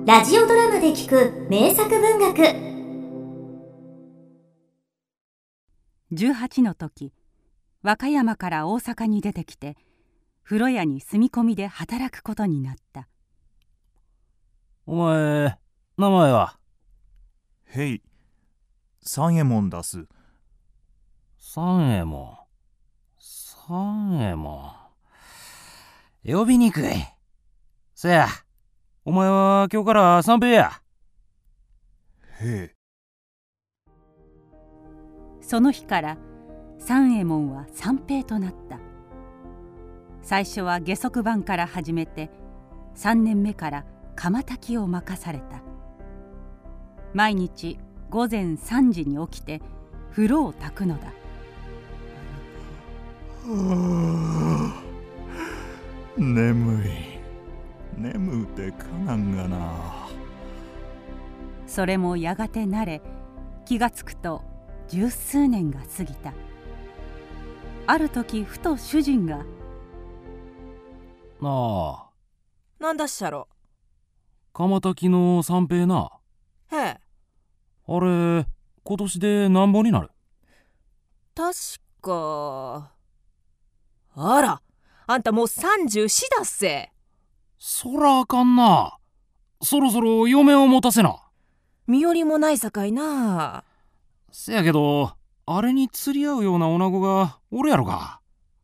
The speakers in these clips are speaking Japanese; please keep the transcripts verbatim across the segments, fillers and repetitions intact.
ラジオドラマで聞く名作文学。 じゅうはちの時、和歌山から大阪に出てきて風呂屋に住み込みで働くことになった。 お前、名前は？ へい、三右衛門だす。 三右衛門、三右衛門、呼びにくい。せや、お前は今日から三平や。 へえ。 その日から三右衛門は三平となった。最初は下足番から始めて、三年目から釜炊きを任された。毎日午前三時に起きて風呂を炊くのだ。 眠い眠うてかなんがな。 それもやがて慣れ、気がつくと十数年が過ぎた。ある時ふと主人がなあ、 なんだっしゃろ。 釜炊きの三平な。 へえ。 あれ、今年でなんぼになる？ 確か。あら、あんたもうさんじゅうよんだっせ。 そらあかんな。そろそろ嫁を持たせな。 身寄りもないさかいな。 せやけど、あれに釣り合うような女子がおるやろか。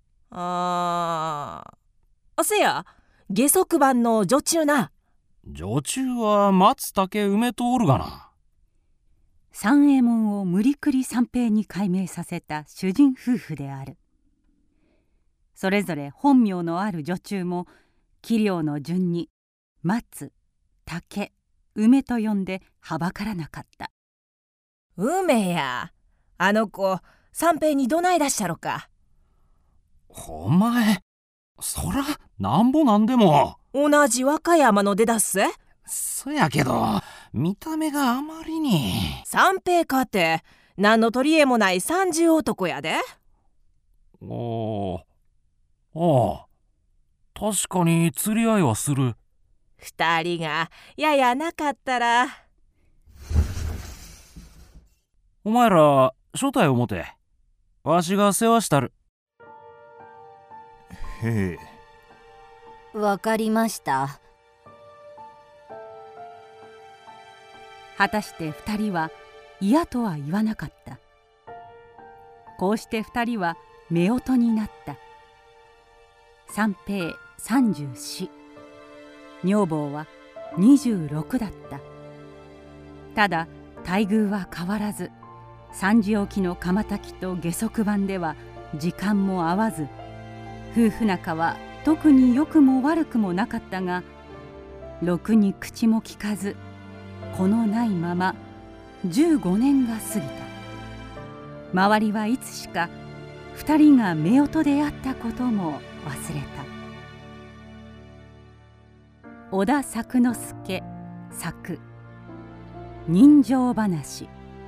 あー。せや、下足番の女中な。 女中は松竹梅とおるがな。 三右衛門を無理くり三平に改名させた主人夫婦である。それぞれ本名のある女中も器量の順に松、竹、梅と呼んではばからなかった。 梅や、あの子三平にどないだっしゃろか。 お前、そらなんぼなんでも同じ和歌山の出だっせ。 そやけど、見た目があまりに。 三平かて何の取り柄もない三十男やで。 おー、ああ、確かに釣り合いはする。 二人がややなかったら。 お前ら所帯を持て。わしが世話したる。 へえ。わかりました。 果たして二人は嫌とは言わなかった。こうして二人は夫婦になった。三平三十四、女房は二十六だった。ただ待遇は変わらず、三時起きの釜炊きと下足番では時間も合わず、夫婦仲は特に良くも悪くもなかったが、ろくに口もきかず、子のないままじゅうごねんが過ぎた。周りはいつしか二人が夫婦であったことも忘れた。小田作之助作人情話。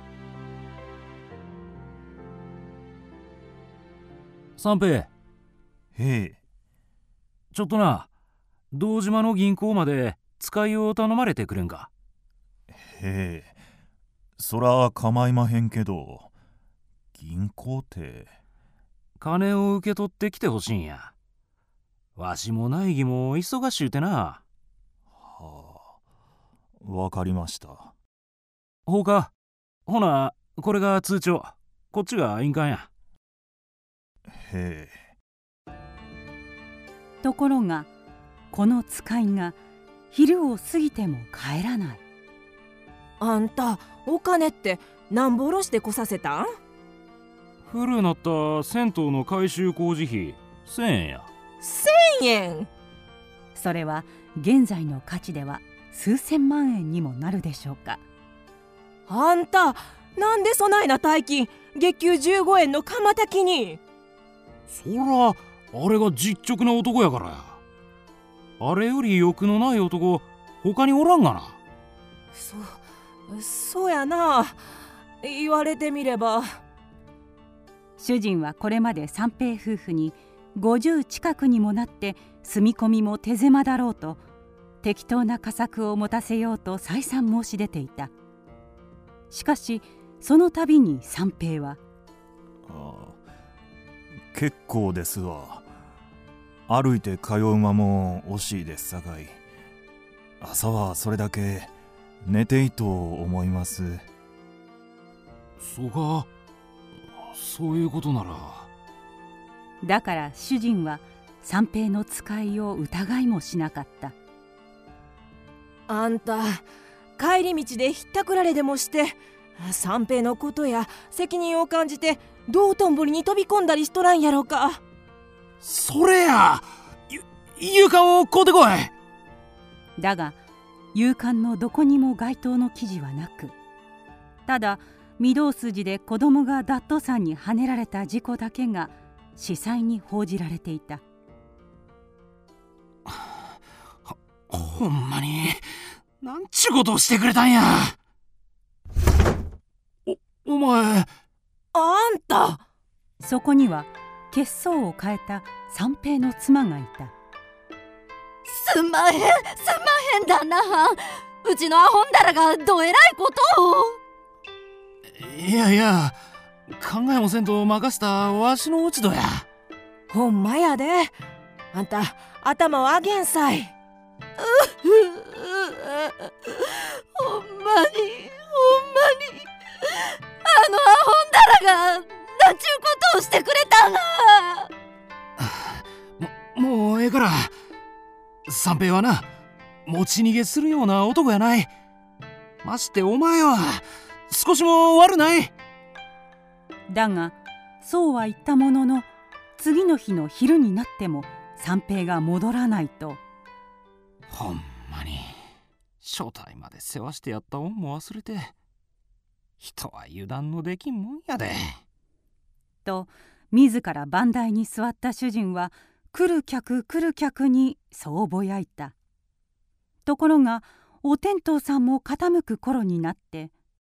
三平。 へえ。 ちょっとな、堂島の銀行まで使いを頼まれてくれんか。 へえ。そら構いまへんけど、銀行って。 金を受け取ってきてほしいんや。わしも内儀も忙しゅうてな。 はあ、わかりました。 ほうか。ほな、これが通帳、こっちが印鑑や。 へえ。ところがこの使いが昼を過ぎても帰らない。 あんたお金ってなんぼおろしてこさせたん？ 古なった銭湯の改修工事費せんえんや。 せんえん？ それは現在の価値では数千万円にもなるでしょうか。 あんたなんでそないな大金月給じゅうごえんの釜炊きに。 そらあれが実直な男やからや。あれより欲のない男他におらんがな。 そそうやな、言われてみれば。 主人はこれまで三平夫婦にごじゅう近くにもなって住み込みも手狭だろうと適当な佳作を持たせようと再三申し出ていた。しかしその度に三平はああ、結構ですわ。歩いて通う間も惜しいですさかい、朝はそれだけ寝ていいと思います。 そうか、そういうことなら。 だから主人は三平の使いを疑いもしなかった。 あんた帰り道でひったくられでもして三平のことや責任を感じて道頓堀に飛び込んだりしとらんやろか。 それや、ゆ勇敢を買うてこい。 だが勇敢のどこにも該当の記事はなく、ただ御堂筋で子供がダット山にはねられた事故だけが司祭に報じられていた。 ほんまになんちゅうことをしてくれたんや。お、お前。 あんた。 そこには血相を変えた三平の妻がいた。 すんまへん、すんまへん旦那はん、うちのアホンダラがどえらいことを。 いやいや、考えもせんと任せたわしの落ち度や。 ほんまやで。あんた頭を上げんさい。 ほんまにほんまにあのアホンダラがなんちゅうことをしてくれたんが。 も, もうええから。三平はな、持ち逃げするような男やない。ましてお前は少しも悪ない。 だがそうは言ったものの、次の日の昼になっても三平が戻らないと、 ほんまに正体まで世話してやった恩も忘れて、人は油断のできんもんやで。 と自ら番台に座った主人は来る客来る客にそうぼやいた。ところがお天道さんも傾く頃になって、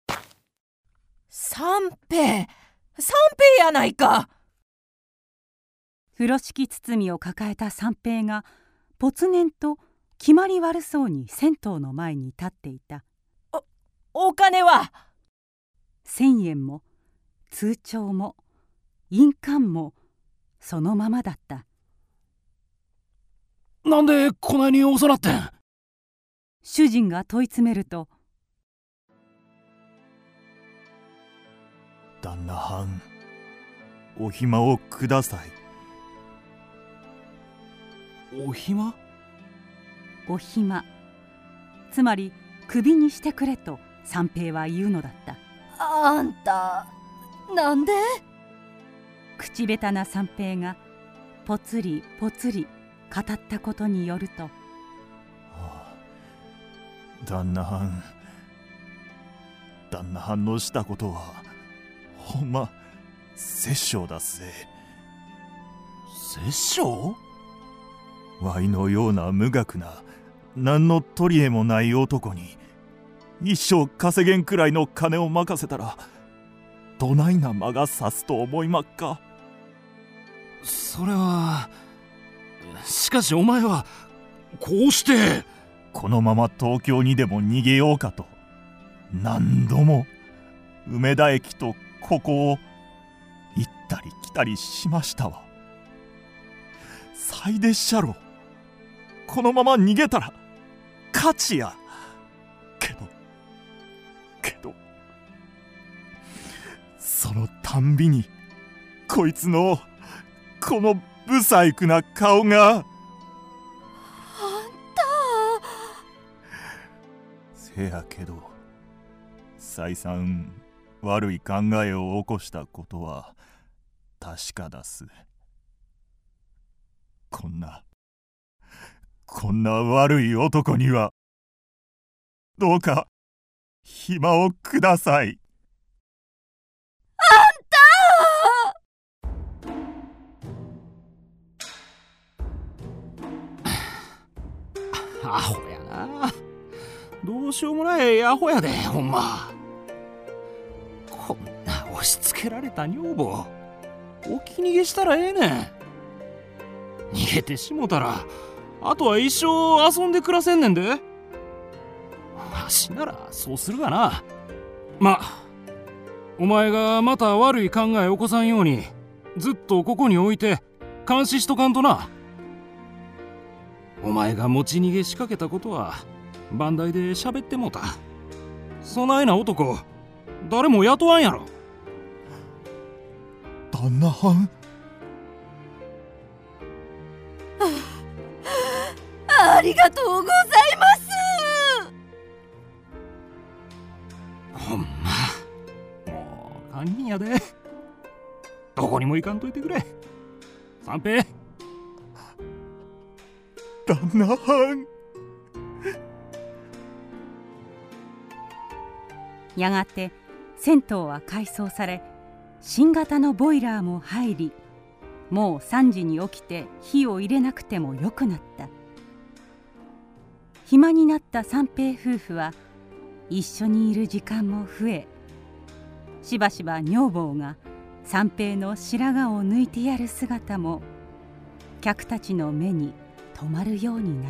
三平三平やないか。 風呂敷包みを抱えた三平がぽつねんと決まり悪そうに銭湯の前に立っていた。 お、お金は千円も通帳も印鑑もそのままだった。 なんでこないに遅なってん。 主人が問い詰めると、 旦那はん、お暇をください。 お暇？ お暇、つまりクビにしてくれと三平は言うのだった。 あんたなんで？ 口下手な三平がぽつりぽつり語ったことによると、 はあ、旦那はん旦那はんのしたことはほんま殺生だっせ。 殺生？ わいのような無学な何の取り柄もない男に一生稼げんくらいの金を任せたらどないな魔が差すと思いまっか。 それは、しかしお前はこうしてこのまま東京にでも逃げようかと何度も梅田駅とここを行ったり来たりしましたわ。最でっしゃろ。このまま逃げたら勝ちや。けどけどそのたんびにこいつのこの不細工な顔が。あんたせやけど再三悪い考えを起こしたことは確かだす。こんなこんな悪い男にはどうか暇をください。 アホやな。どうしようもないアホやで、ほんま。こんな押し付けられた女房、置き逃げしたらええねん。逃げてしもたらあとは一生遊んで暮らせんねんで。わしならそうするがな。まお前がまた悪い考え起こさんようにずっとここに置いて監視しとかんとな。お前が持ち逃げしかけたことは番台で喋ってもうた。そないな男誰も雇わんやろ。 旦那はん。 ありがとうございます。 ほんまもう堪忍やで。どこにも行かんといてくれ三平。 旦那はん。 やがて銭湯は改装され、新型のボイラーも入り、もうさんじに起きて火を入れなくてもよくなった。暇になった三平夫婦は一緒にいる時間も増え、しばしば女房が三平の白髪を抜いてやる姿も客たちの目に留まるようになった。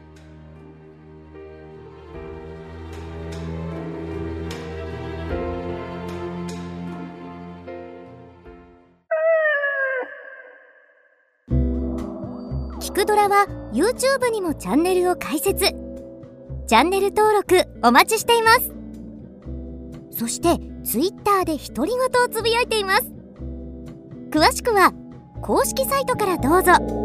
キクドラは YouTube にもチャンネルを開設。チャンネル登録お待ちしています。そして Twitter で独り言をつぶやいています。詳しくは公式サイトからどうぞ。